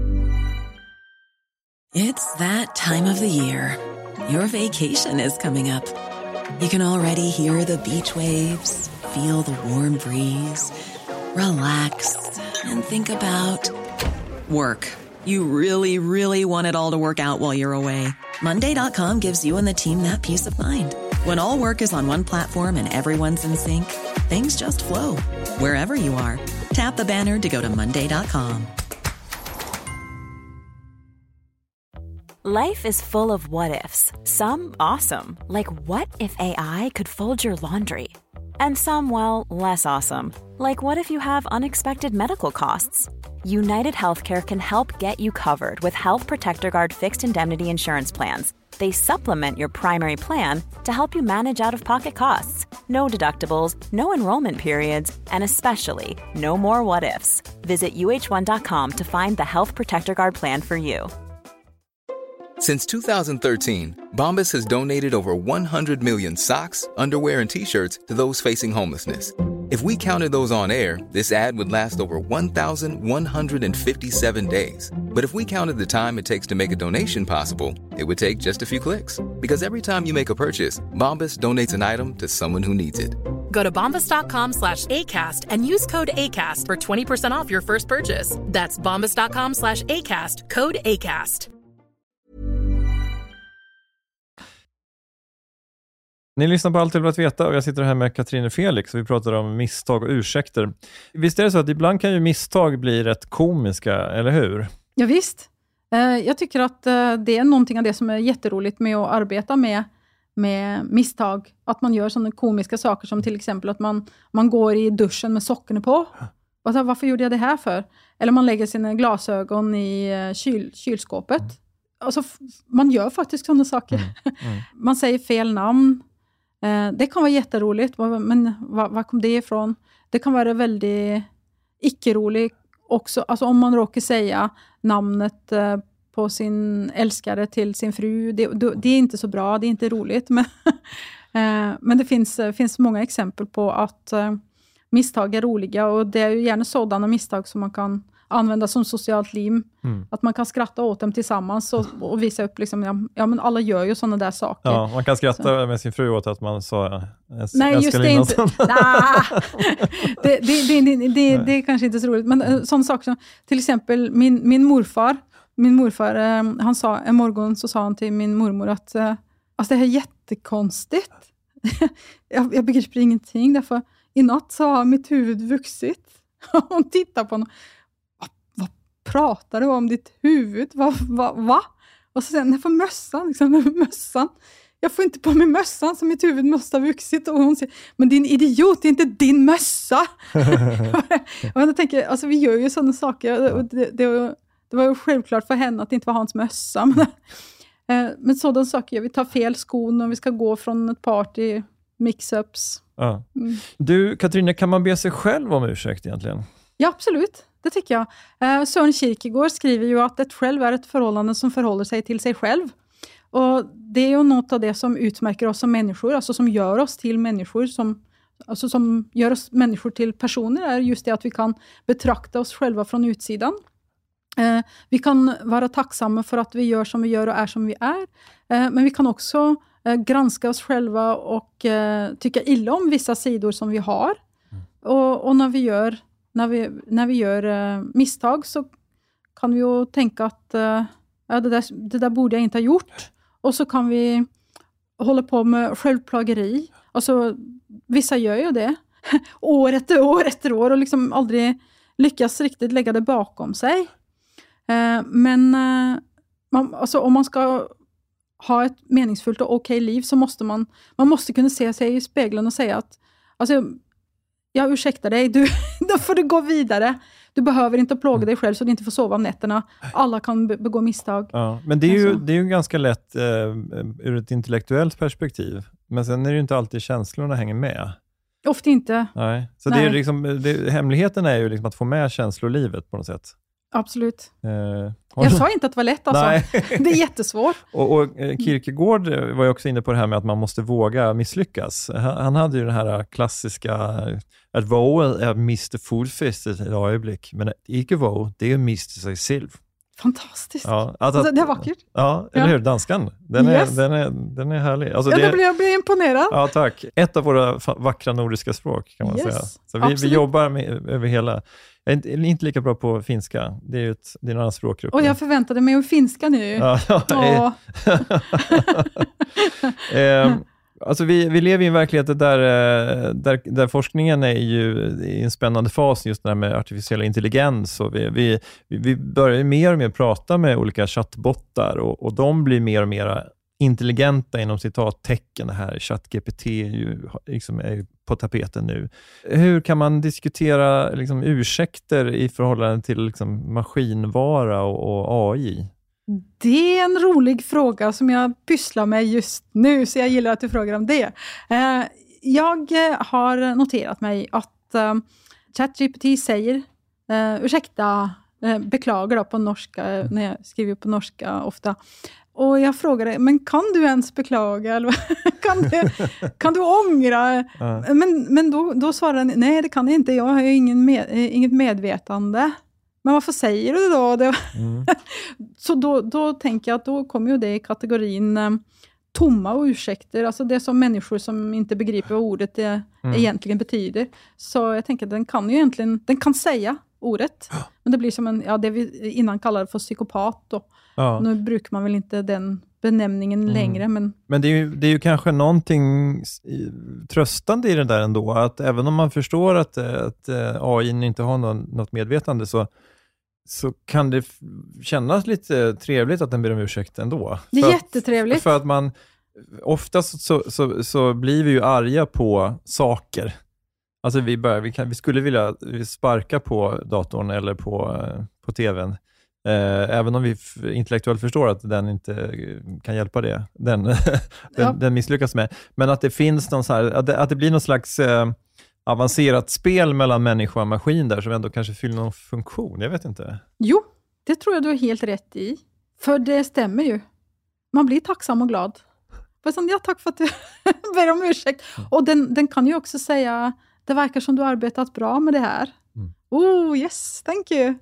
It's that time of the year. Your vacation is coming up. You can already hear the beach waves, feel the warm breeze, relax and think about work. You really, really want it all to work out while you're away. Monday dot com gives you and the team that peace of mind. When all work is on one platform and everyone's in sync, things just flow. Wherever you are, tap the banner to go to Monday dot com. Life is full of what-ifs. Some awesome, like what if A I could fold your laundry? And some, well, less awesome, like what if you have unexpected medical costs? United Healthcare can help get you covered with Health Protector Guard fixed indemnity insurance plans. They supplement your primary plan to help you manage out-of-pocket costs. No deductibles, no enrollment periods, and especially no more what-ifs. Visit U H one dot com to find the Health Protector Guard plan for you. Since two thousand thirteen, Bombas has donated over one hundred million socks, underwear, and T-shirts to those facing homelessness. If we counted those on air, this ad would last over one thousand one hundred fifty-seven days. But if we counted the time it takes to make a donation possible, it would take just a few clicks. Because every time you make a purchase, Bombas donates an item to someone who needs it. Go to bombas dot com slash ACAST and use code ACAST for twenty percent off your first purchase. That's bombas dot com slash ACAST, code ACAST. Ni lyssnar på Allt jag vill att veta och jag sitter här med Katrin och Felix och vi pratar om misstag och ursäkter. Visst är det så att ibland kan ju misstag bli rätt komiska, eller hur? Ja visst. Jag tycker att det är någonting av det som är jätteroligt med att arbeta med, med misstag. Att man gör sådana komiska saker som till exempel att man, man går i duschen med sockorna på. Och så, varför gjorde jag det här för? Eller man lägger sina glasögon i kyl, kylskåpet. Mm. Alltså, man gör faktiskt sådana saker. Mm. Mm. Man säger fel namn. Det kan vara jätteroligt, men var, var kom det ifrån? Det kan vara väldigt icke-roligt också. Alltså om man råkar säga namnet på sin älskare till sin fru. Det, det är inte så bra, det är inte roligt. Men, men det finns, finns många exempel på att misstag är roliga. Och det är ju gärna sådana misstag som man kan använda som socialt lim. Mm. Att man kan skratta åt dem tillsammans och, och visa upp liksom, ja, ja men alla gör ju sådana där saker. Ja, man kan skratta så. Med sin fru åt att man sa äs- Nej, just det inte. Nah. det, det, det, det, det, det är kanske inte så roligt. Men sådana saker som, till exempel min, min morfar, min morfar, han sa en morgon så sa han till min mormor att alltså det här är jättekonstigt. jag, jag begriper ingenting, därför i natt så har mitt huvud vuxit. Hon tittar på honom. Pratar du om ditt huvud? Va? va, va? Och så säger han, för mössan, liksom, mössan. Jag får inte på mig mössan så mitt huvud måste ha vuxit. Och hon säger, men din idiot, det är inte din mössa. Och jag tänker, alltså vi gör ju sådana saker. Och det, det, var, det var ju självklart för henne att det inte var hans mössa. Men, men sådana saker, vi tar fel skon och vi ska gå från ett party, mix-ups. Ja. Mm. Du, Katarina, kan man be sig själv om ursäkt egentligen? Ja, absolut. Det tycker jag. Eh, Søren Kierkegaard skriver ju att ett själv är ett förhållande som förhåller sig till sig själv. Och det är ju något av det som utmärker oss som människor, alltså som gör oss till människor, som, alltså som gör oss människor till personer, är just det att vi kan betrakta oss själva från utsidan. Eh, vi kan vara tacksamma för att vi gör som vi gör och är som vi är. Eh, men vi kan också eh, granska oss själva och eh, tycka illa om vissa sidor som vi har. Mm. Och, och när vi gör När vi, när vi gör uh, misstag så kan vi ju tänka att uh, ja, det, där, det där borde jag inte ha gjort. Och så kan vi hålla på med självplageri. Alltså, vissa gör ju det. år efter år efter år och liksom aldrig lyckas riktigt lägga det bakom sig. Uh, men uh, man, alltså, om man ska ha ett meningsfullt och okej liv så måste man, man måste kunna se sig i spegeln och säga att alltså, jag ursäktar dig, du, då får du gå vidare. Du behöver inte plåga dig själv så du inte får sova om nätterna. Alla kan be- begå misstag. Ja, men det är ju, det är ju ganska lätt eh, ur ett intellektuellt perspektiv. Men sen är det ju inte alltid känslorna hänger med. Ofta inte. Nej. Så Nej. Det är liksom, det, hemligheten är ju liksom att få med känslolivet på något sätt. Absolut. Eh, jag sa inte att det var lätt alltså. Nej. Det är jättesvårt. och, och Kierkegaard var ju också inne på det här med att man måste våga misslyckas. Han, han hade ju det här klassiska att våga är miste fotfästet ett ögonblick, men att icke våga, det är att miste sig själv. Fantastiskt. Ja, att, att, det är vackert. Ja, eller ja. hur? Danskan. Den är, yes. den är, den är härlig. Alltså ja, det, det blir, jag blir imponerad. Ja, tack. Ett av våra vackra nordiska språk kan man yes. säga. Så vi, vi jobbar med, över hela. Jag är inte, inte lika bra på finska. Det är ju ett, det är en annan språkgrupp. Och jag förväntade mig att finska nu. Ja, ja. eh, alltså vi, vi lever i en verklighet där, där, där forskningen är ju i en spännande fas, just det här med artificiell intelligens. Och vi, vi, vi börjar mer och mer prata med olika chattbottar och, och de blir mer och mer intelligenta inom citattecken. Det här ChatGPT är ju, liksom är ju på tapeten nu. Hur kan man diskutera liksom, ursäkter i förhållande till liksom, maskinvara och, och A I? Det är en rolig fråga som jag pysslar med just nu, så jag gillar att du frågar om det. Jag har noterat mig att ChatGPT säger ursäkta, beklagar då på norska, när jag skriver på norska ofta. Och jag frågade, men kan du ens beklaga? Eller kan, du, kan du ångra? Uh. Men, men då, då svarade han, nej det kan jag inte, jag har ju ingen med, inget medvetande. Men varför säger du då? Det? Mm. Så då, då tänker jag att då kommer ju det i kategorin um, tomma och ursäkter. Alltså det är som människor som inte begriper vad ordet det mm. egentligen betyder. Så jag tänker att den kan ju egentligen, den kan säga ordet. Men det blir som en, ja det vi innan kallade för psykopat då. Ja. Nu brukar man väl inte den benämningen mm. längre. Men, men det, är ju, det är ju kanske någonting tröstande i det där ändå. Att även om man förstår att, att A I inte har någon, något medvetande så, så kan det f- kännas lite trevligt att den ber om ursäkt ändå. Det är för jättetrevligt. Att, för att man, oftast så, så, så blir vi ju arga på saker. Alltså vi, bör, vi, kan, vi skulle vilja sparka på datorn eller på, på tvn. Eh, även om vi f- intellektuellt förstår att den inte kan hjälpa det. Den, den, Ja. den misslyckas med. Men att det finns någon så här, att det, att det blir någon slags eh, avancerat spel mellan människa och maskin där som ändå kanske fyller någon funktion. Jag vet inte. Jo, det tror jag du har helt rätt i. För det stämmer ju. Man blir tacksam och glad. För sån, ja, tack för att du ber om ursäkt. Och den, den kan ju också säga, det verkar som du har arbetat bra med det här. Mm. Oh, yes, thank you.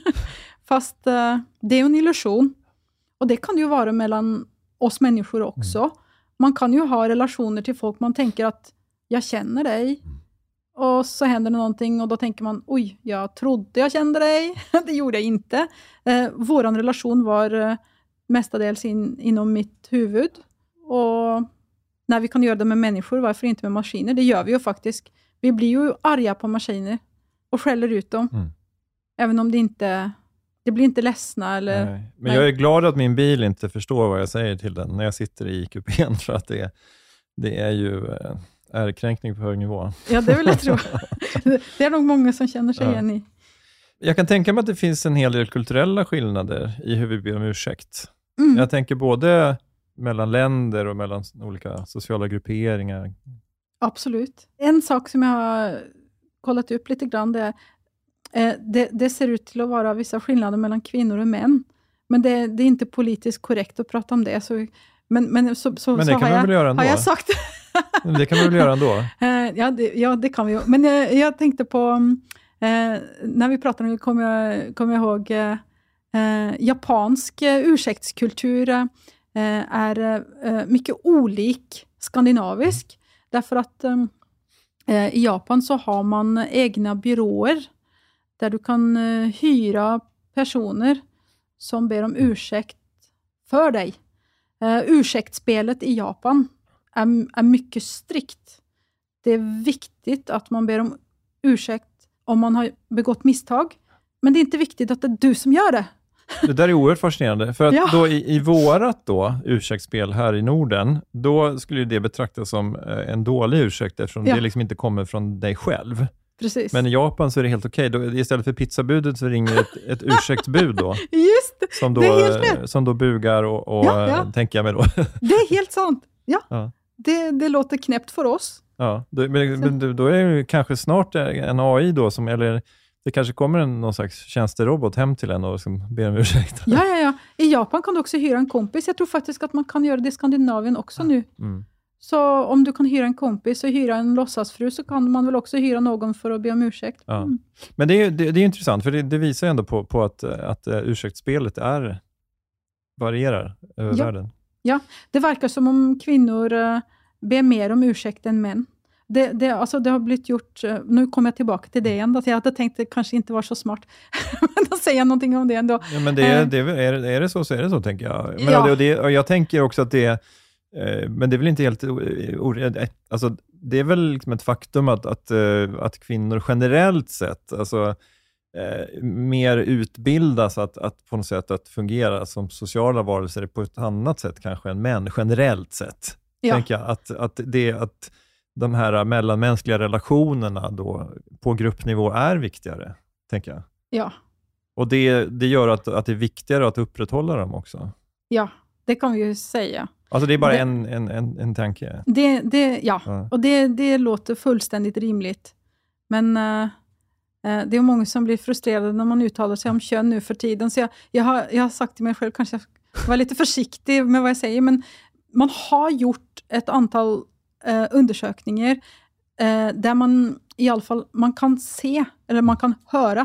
Fast uh, det är en illusion. Och det kan ju vara mellan oss människor också. Mm. Man kan ju ha relationer till folk. Man tänker att jag känner dig. Mm. Och så händer det någonting och då tänker man, oj, jag trodde jag kände dig. Det gjorde jag inte. Eh, våran relation var eh, mestadels in, inom mitt huvud. Och när vi kan göra det med människor, varför inte med maskiner? Det gör vi ju faktiskt. Vi blir ju arga på maskiner och skäller ut dem. Mm. Även om det inte... Det blir inte ledsna eller... Nej. Men nej. Jag är glad att min bil inte förstår vad jag säger till den när jag sitter i kupén, för att det, det är ju eh, ärkränkning på hög nivå. Ja, det vill jag tro. Det är nog många som känner sig ja. igen i. Jag kan tänka mig att det finns en hel del kulturella skillnader i hur vi ber om ursäkt. Mm. Jag tänker både mellan länder och mellan olika sociala grupperingar. Absolut. En sak som jag har kollat upp lite grann, det är Eh, det, det ser ut till att vara vissa skillnader mellan kvinnor och män. Men det, det är inte politiskt korrekt att prata om det. Så, men, men, så, så, men det så kan har, man jag, väl göra ändå? har jag sagt. Det kan man väl göra ändå? Eh, ja, det, ja, det kan vi ju. Men jag, jag tänkte på, eh, när vi pratade om det, kommer jag, kom jag ihåg eh, japansk ursäktskultur eh, är eh, mycket olik skandinavisk. Mm. Därför att eh, i Japan så har man egna byråer där du kan uh, hyra personer som ber om ursäkt för dig. Uh, ursäktsspelet i Japan är, är mycket strikt. Det är viktigt att man ber om ursäkt om man har begått misstag. Men det är inte viktigt att det är du som gör det. Det där är oerhört fascinerande. För att ja. då i, i vårat då, ursäktsspel här i Norden, då skulle det betraktas som uh, en dålig ursäkt eftersom ja. det liksom inte kommer från dig själv. Precis. Men i Japan så är det helt okej. Okay. Istället för pizzabudet så ringer ett, ett ursäktsbud då. Just som då, det är helt rätt. Som då bugar och, och ja, ja. tänker jag mig då. Det är helt sant. Ja, ja. Det, det låter knäppt för oss. Ja, då, men, men då är det kanske snart en A I då, som, eller det kanske kommer en, någon slags tjänsterobot hem till en och som ber om ursäkt. Ja, ja, ja. I Japan kan du också hyra en kompis. Jag tror faktiskt att man kan göra det i Skandinavien också nu. Mm. Så om du kan hyra en kompis och hyra en låtsasfru så kan man väl också hyra någon för att be om ursäkt. Ja. Mm. Men det är, det, det är intressant, för det, det visar ändå på, på att, att ursäktsspelet är, varierar över ja. världen. Ja, det verkar som om kvinnor uh, ber mer om ursäkt än män. Det, det, alltså det har blivit gjort, uh, nu kommer jag tillbaka till det igen, att jag hade tänkt att det kanske inte var så smart. Men då säger jag någonting om det ändå. Ja, men det är, det är, är, det, är det så så är det så, tänker jag. Men ja. det, och det, och jag tänker också att det är men det är väl inte helt... Alltså, det är väl liksom ett faktum att, att, att kvinnor generellt sett alltså, eh, mer utbildas att, att på något sätt att fungera som sociala varelser på ett annat sätt kanske än män, generellt sett. Ja. Tänker jag, att, att, det, att de här mellanmänskliga relationerna då, på gruppnivå är viktigare, tänker jag. Ja. Och det, det gör att, att det är viktigare att upprätthålla dem också. Ja, det kan vi ju säga. Alltså det är bara det, en, en, en, en tanke. Det, det, ja, ja. och det, det låter fullständigt rimligt. Men uh, uh, det är många som blir frustrerade när man uttalar sig om kön nu för tiden. Så jag, jag, har, jag har sagt till mig själv, kanske jag var lite försiktig med vad jag säger. Men man har gjort ett antal uh, undersökningar uh, där man i alla fall man kan se, eller man kan höra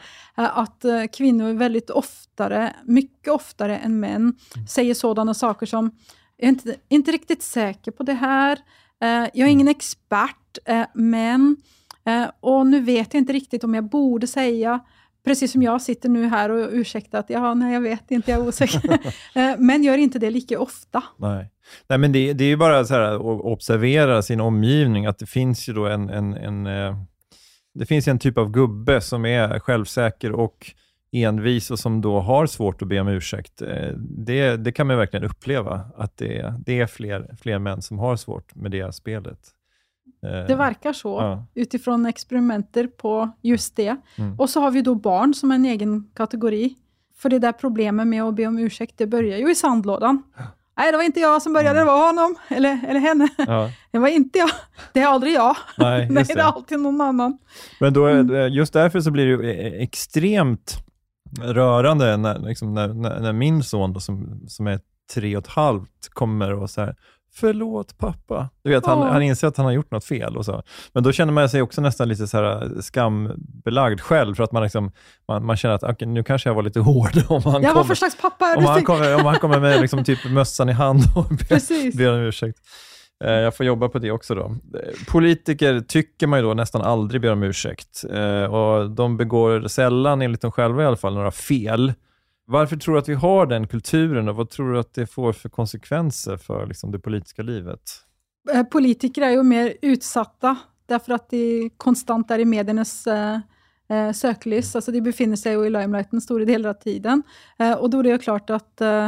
att uh, kvinnor väldigt oftare, mycket oftare än män mm. säger sådana saker som jag är inte, inte riktigt säker på det här. Uh, jag är ingen expert, uh, men uh, och nu vet jag inte riktigt om jag borde säga, precis som jag sitter nu här och ursäktar att ja, nej, jag vet inte, jag är osäker. uh, men gör inte det lika ofta. Nej, nej men det, det är ju bara så här att observera sin omgivning, att det finns ju då en, en, en uh, det finns en typ av gubbe som är självsäker och envis och som då har svårt att be om ursäkt. Det, det kan man verkligen uppleva, att det, det är fler, fler män som har svårt med det spelet. Det verkar så, ja. Utifrån experimenter på just det. Mm. Och så har vi då barn som en egen kategori. För det där problemet med att be om ursäkt, det börjar ju i sandlådan. Nej, det var inte jag som började, det var honom. Eller, eller henne. Ja. Det var inte jag. Det är aldrig jag. Nej, Nej, det. det är alltid någon annan. Men då, är, just därför så blir det ju extremt rörande när, liksom, när, när, när min son då, som, som är tre och ett halvt kommer och så här, förlåt pappa. Du vet, han, oh. han inser att han har gjort något fel och så. Men då känner man sig också nästan lite så här skambelagd själv, för att man liksom, man, man känner att okay, nu kanske jag var lite hård om han ja, kommer. vad för slags pappa är om du? han kommer, om han kommer med liksom typ mössan i hand och ber, ber om ursäkt. Eh, jag får jobba på det också då. Politiker tycker man ju då nästan aldrig ber om ursäkt. Eh, och de begår sällan, enligt dem själva i alla fall, några fel. Varför tror du att vi har den kulturen och vad tror du att det får för konsekvenser för liksom, det politiska livet? Politiker är ju mer utsatta därför att de konstant är i mediernas eh, söklys. Alltså de befinner sig ju i limelighten stora delar av tiden. Eh, och då är det ju klart att eh,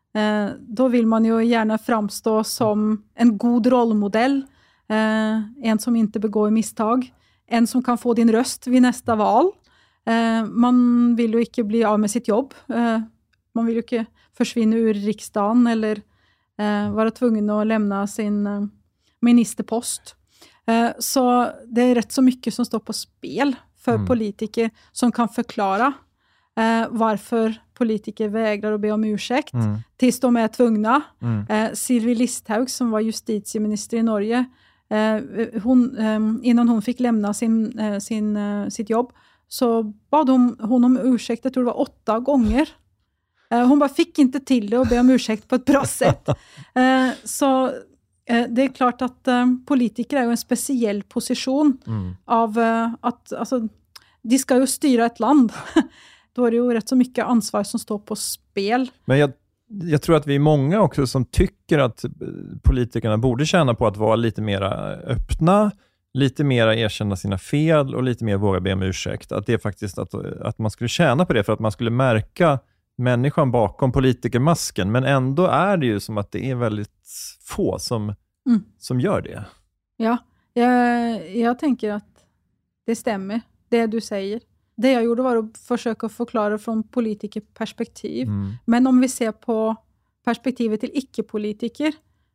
då vill man ju gärna framstå som en god rollmodell. Eh, en som inte begår misstag. En som kan få din röst vid nästa val. Eh, man vill ju inte bli av med sitt jobb. Eh, man vill ju inte försvinna ur riksdagen eller eh, vara tvungen att lämna sin eh, ministerpost. Eh, så det är rätt så mycket som står på spel för mm. politiker som kan förklara eh, varför politiker vägrar att be om ursäkt mm. tills de är tvungna. Mm. Eh, Sylvi Listhaug som var justitieminister i Norge, eh, hon, eh, innan hon fick lämna sin, eh, sin, eh, sitt jobb så bad hon, hon om ursäkt, jag tror det var åtta gånger. Eh, hon bara fick inte till det och be om ursäkt på ett bra sätt. Eh, så eh, det är klart att eh, politiker är ju en speciell position mm. av eh, att alltså, de ska ju styra ett land. Då är det ju rätt så mycket ansvar som står på spel. Men jag, jag tror att vi är många också som tycker att politikerna borde tjäna på att vara lite mer öppna, lite mer erkänna sina fel och lite mer våga be om ursäkt. Att det är faktiskt att, att man skulle tjäna på det för att man skulle märka människan bakom politikermasken. Men ändå är det ju som att det är väldigt få som, mm. som gör det. Ja, jag, jag tänker att det stämmer, det du säger. Det jag gjorde var att försöka förklara från politikerperspektiv. Mm. Men om vi ser på perspektivet till icke-politiker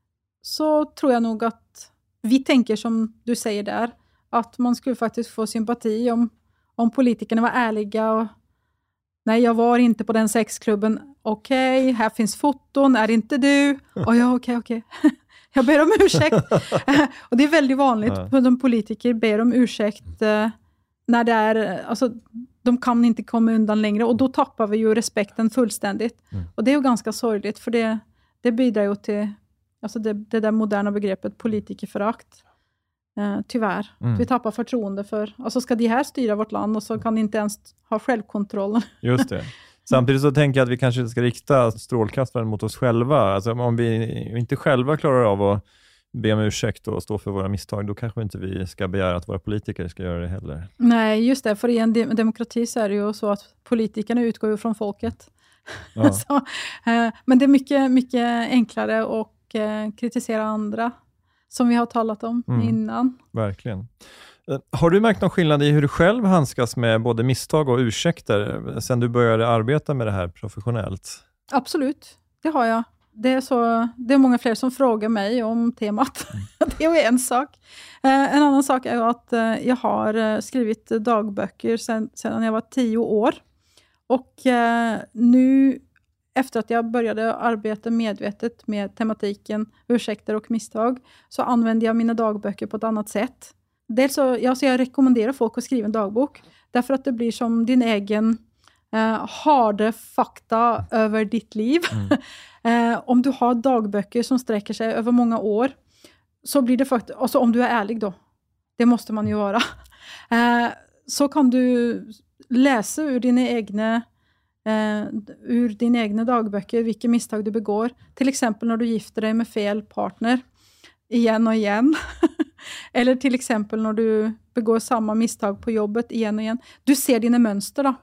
så tror jag nog att vi tänker som du säger där. Att man skulle faktiskt få sympati om, om politikerna var ärliga. Och, nej, jag var inte på den sexklubben. Okej, okay, här finns foton. Är inte du? Och ja, okej, okay, okej. Okay. Jag ber om ursäkt. Och det är väldigt vanligt att ja. de politiker ber om ursäkt när det är, alltså, de kan inte komma undan längre. Och då tappar vi ju respekten fullständigt. Mm. Och det är ju ganska sorgligt. För det, det bidrar ju till alltså det, det där moderna begreppet politikerförakt. Eh, tyvärr. Mm. Vi tappar förtroende för, alltså ska de här styra vårt land och så kan de inte ens ha självkontroll. Just det. Samtidigt så tänker jag att vi kanske ska rikta strålkastaren mot oss själva. Alltså om vi inte själva klarar av att be om ursäkt och stå för våra misstag, då kanske inte vi ska begära att våra politiker ska göra det heller. Nej, just det. För i en de- demokrati så är det ju så att politikerna utgår ju från folket. Ja. så, eh, men det är mycket, mycket enklare att eh, kritisera andra, som vi har talat om mm. innan. Verkligen. Har du märkt någon skillnad i hur du själv handskas med både misstag och ursäkter sen du började arbeta med det här professionellt? Absolut, det har jag. Det är, så, det är många fler som frågar mig om temat. Mm. Det är ju en sak. Eh, en annan sak är att eh, jag har eh, skrivit dagböcker sen, sedan jag var tio år. Och eh, nu, efter att jag började arbeta medvetet med tematiken ursäkter och misstag, så använder jag mina dagböcker på ett annat sätt. Dels så, ja, så jag rekommenderar folk att skriva en dagbok. Därför att det blir som din egen eh, harde fakta över ditt liv. Mm. eh, om du har dagböcker som sträcker sig över många år, så blir det faktiskt, alltså om du är ärlig då, det måste man ju vara, eh, så kan du läsa ur dina egna Uh, ur dina egna dagböcker vilka misstag du begår. Till exempel när du gifter dig med fel partner igen och igen. Eller till exempel när du begår samma misstag på jobbet igen och igen. Du ser dina mönster då.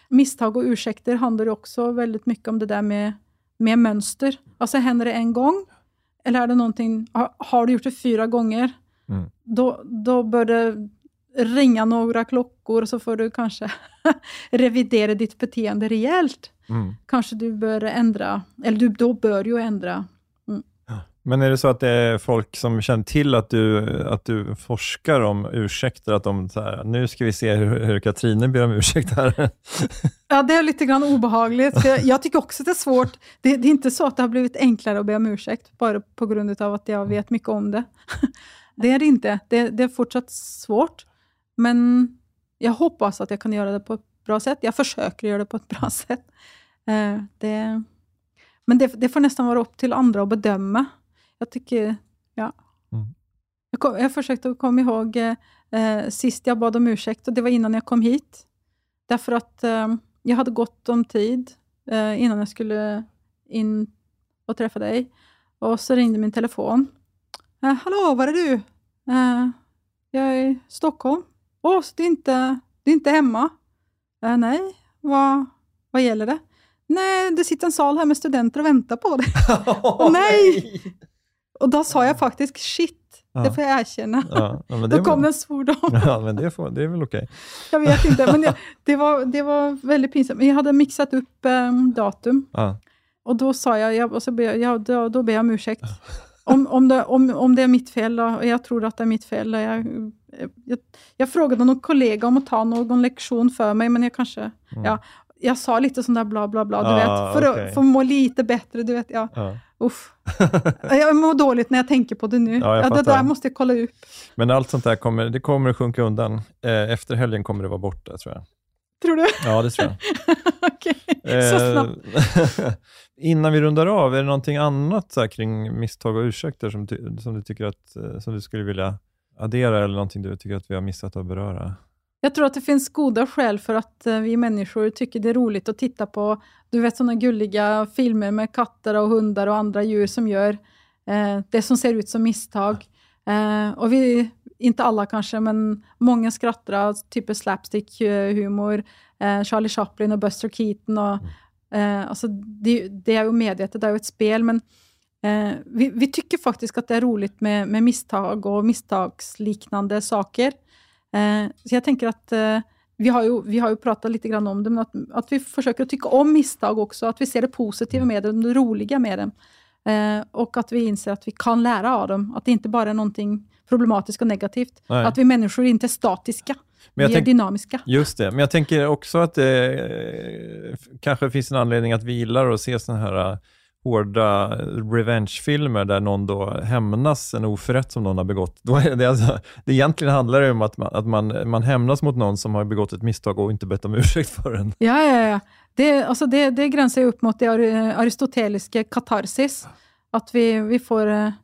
misstag och ursäkter handlar också väldigt mycket om det där med, med mönster. Alltså händer det en gång? Eller är det någonting, har, har du gjort det fyra gånger? Mm. Då, då bör det ringa några klockor så får du kanske revidera ditt beteende rejält. Mm. Kanske du bör ändra, eller du då bör ju ändra. Mm. Men är det så att det är folk som känner till att du, att du forskar om ursäkter, att de så här, nu ska vi se hur, hur Katrine ber om ursäkt här? Ja, det är lite grann obehagligt. För jag tycker också att det är svårt. Det, det är inte så att det har blivit enklare att be om ursäkt bara på grund av att jag vet mycket om det. Det är det inte. Det, det är fortsatt svårt. Men jag hoppas att jag kan göra det på ett bra sätt. Jag försöker göra det på ett bra sätt. Uh, det, men det, det får nästan vara upp till andra att bedöma. Jag tycker, ja. Mm. Jag, kom, jag försökte komma ihåg uh, sist jag bad om ursäkt. Och det var innan jag kom hit. Därför att uh, jag hade gått om tid uh, innan jag skulle in och träffa dig. Och så ringde min telefon. Uh, Hallå, var är du? Uh, jag är i Stockholm. Åh, oh, det är inte, det är inte hemma. Uh, nej, vad, vad gäller det? Nej, det sitter en sal här med studenter och väntar på det. Oh, oh, nej! Och då sa jag faktiskt, shit, ja. Det får jag erkänna. Ja, ja, men det då kom var... en svordom. Ja, men det, får, det är väl okej. Okay. Jag vet inte, men jag, det, var, det var väldigt pinsamt. Jag hade mixat upp um, datum. Ja. Och då sa jag, jag, och så be, jag då, då ber jag om ursäkt. Om, om, det, om, om det är mitt fel, och jag tror att det är mitt fel. Jag, jag, jag frågade någon kollega om att ta någon lektion för mig, men jag kanske... Mm. Ja, jag sa lite sån där bla bla bla, du ah, vet. För okay. att få må lite bättre, du vet. Ja. Ah. Uff. Jag mår dåligt när jag tänker på det nu. Ja, ja, det där måste jag kolla upp. Men allt sånt där kommer, det kommer att sjunka undan. Efter helgen kommer det vara borta, tror jag. Tror du? Ja, det tror jag. Okej, okay. Så snabbt. Innan vi rundar av, är det någonting annat så här, kring misstag och ursäkter som, ty- som du tycker att som du skulle vilja addera, eller någonting du tycker att vi har missat att beröra? Jag tror att det finns goda skäl för att uh, vi människor tycker det är roligt att titta på, du vet, sådana gulliga filmer med katter och hundar och andra djur som gör uh, det som ser ut som misstag. Uh, och vi, inte alla kanske, men många skrattar, typ slapstick-humor, uh, Charlie Chaplin och Buster Keaton. Och, uh, alltså det, det är ju medvetet, det är ju ett spel, men uh, vi, vi tycker faktiskt att det är roligt med, med misstag och misstagsliknande saker. Uh, så jag tänker att uh, vi, har ju, vi har ju pratat lite grann om det, men att, att vi försöker tycka om misstag också, att vi ser det positiva med det, det roliga med det. Uh, och att vi inser att vi kan lära av dem. Att det inte bara är någonting problematiskt och negativt. Nej. Att vi människor inte är statiska. Men vi är tänk, dynamiska. Just det. Men jag tänker också att det eh, kanske finns en anledning att vi gillar att se såna här uh, hårda revenge-filmer där någon då hämnas en oförrätt som någon har begått. Då är det, alltså, det egentligen handlar det om att, man, att man, man hämnas mot någon som har begått ett misstag och inte bett om ursäkt för den. Ja, ja, ja. Det, alltså det, det gränsar upp mot det aristoteliska katarsis. Att vi, vi får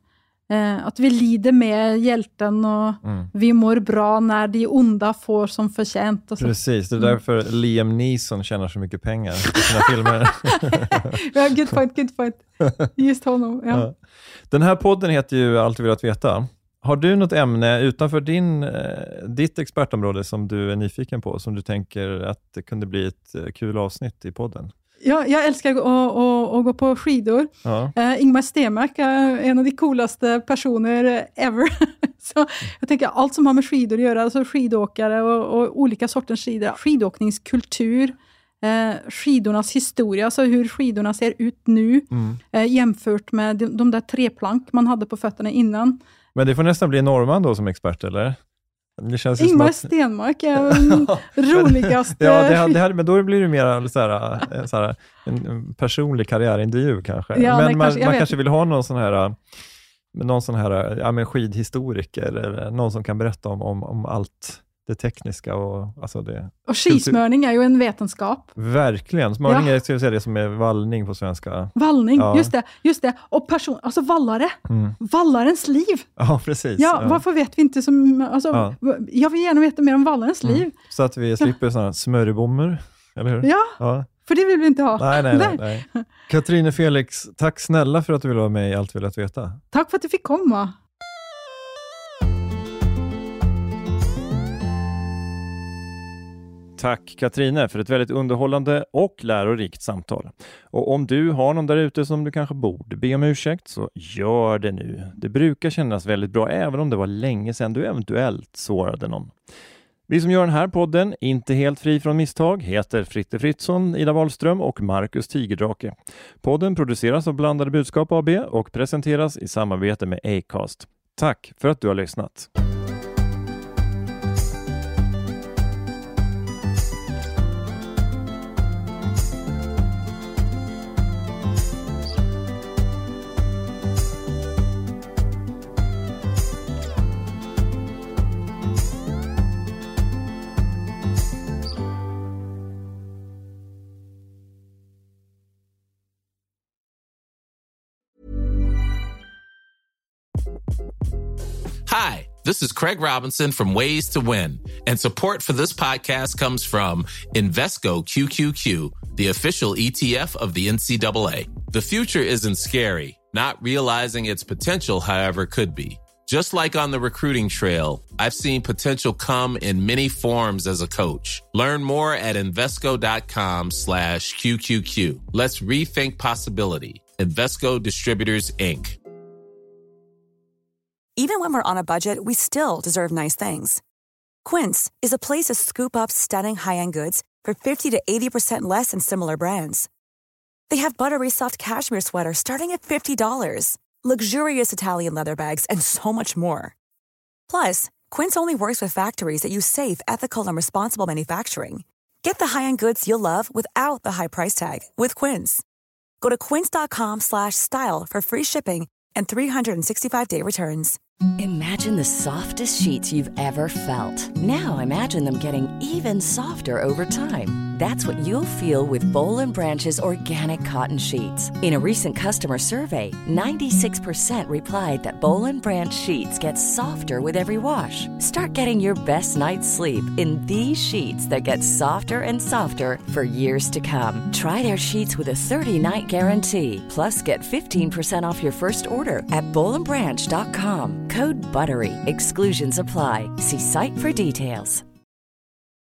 eh, att vi lider med hjälten och mm. vi mår bra när de onda får som förtjänt. Och så. Precis, det är därför mm. Liam Neeson tjänar så mycket pengar på sina filmer. Ja, good point, good point. Just honom, ja. Ja. Den här podden heter ju Allt du vill att veta. Har du något ämne utanför din, ditt expertområde som du är nyfiken på, som du tänker att det kunde bli ett kul avsnitt i podden? Ja, jag älskar att, att, att gå på skidor. Ja. Uh, Ingmar Stenmark är en av de coolaste personer ever. Så jag tänker allt som har med skidor att göra, alltså skidåkare och, och olika sorters skidor. Skidåkningskultur, uh, skidornas historia, alltså hur skidorna ser ut nu mm. uh, jämfört med de, de där tre plank man hade på fötterna innan. Men det får nästan bli Norman då som expert, eller? Det känns Ingmar att... Stenmark är den roligaste. Ja, det hade, det hade, men då blir det mer så här, så här, en personlig karriärintervju kanske. Ja, men nej, man, kanske, man kanske vill ha någon sån här, någon sån här ja, men skidhistoriker eller någon som kan berätta om, om, om allt det tekniska. Och, alltså det, och skismörning är ju en vetenskap. Verkligen. Smörning ja. är, ska jag säga, det som är vallning på svenska. Vallning, ja. just det. Just det. Och person, alltså vallare. Mm. Vallarens liv. Ja, precis. Ja, ja. Varför vet vi inte som... Alltså, ja. Jag vill gärna veta mer om vallarens mm. liv. Så att vi slipper ja. sådana smörjbommar, eller hur? Ja, ja, för det vill vi inte ha. Nej, nej, nej. nej. Katrine Felix, tack snälla för att du ville vara med i Allt vill att veta. Tack för att du fick komma. Tack Katrine för ett väldigt underhållande och lärorikt samtal. Och om du har någon där ute som du kanske borde be om ursäkt, så gör det nu. Det brukar kännas väldigt bra även om det var länge sedan du eventuellt sårade någon. Vi som gör den här podden, inte helt fri från misstag, heter Fritte Fritzson, Ida Wahlström och Marcus Tigerdrake. Podden produceras av Blandade Budskap A B och presenteras i samarbete med Acast. Tack för att du har lyssnat. Hi, this is Craig Robinson from Ways to Win, and support for this podcast comes from Invesco Q Q Q, the official E T F of the N C double A. The future isn't scary. Not realizing its potential, however, could be. Just like on the recruiting trail, I've seen potential come in many forms as a coach. Learn more at Invesco.com slash QQQ. Let's rethink possibility. Invesco Distributors, Incorporated. Even when we're on a budget, we still deserve nice things. Quince is a place to scoop up stunning high-end goods for fifty to eighty percent less than similar brands. They have buttery soft cashmere sweaters starting at fifty dollars, luxurious Italian leather bags, and so much more. Plus, Quince only works with factories that use safe, ethical, and responsible manufacturing. Get the high-end goods you'll love without the high price tag with Quince. Go to quince.com slash style for free shipping and three sixty-five day returns. Imagine the softest sheets you've ever felt. Now imagine them getting even softer over time. That's what you'll feel with Boll and Branch's organic cotton sheets. In a recent customer survey, ninety-six percent replied that Boll and Branch sheets get softer with every wash. Start getting your best night's sleep in these sheets that get softer and softer for years to come. Try their sheets with a thirty night guarantee. Plus, get fifteen percent off your first order at boll and branch dot com. Code BUTTERY. Exclusions apply. See site for details.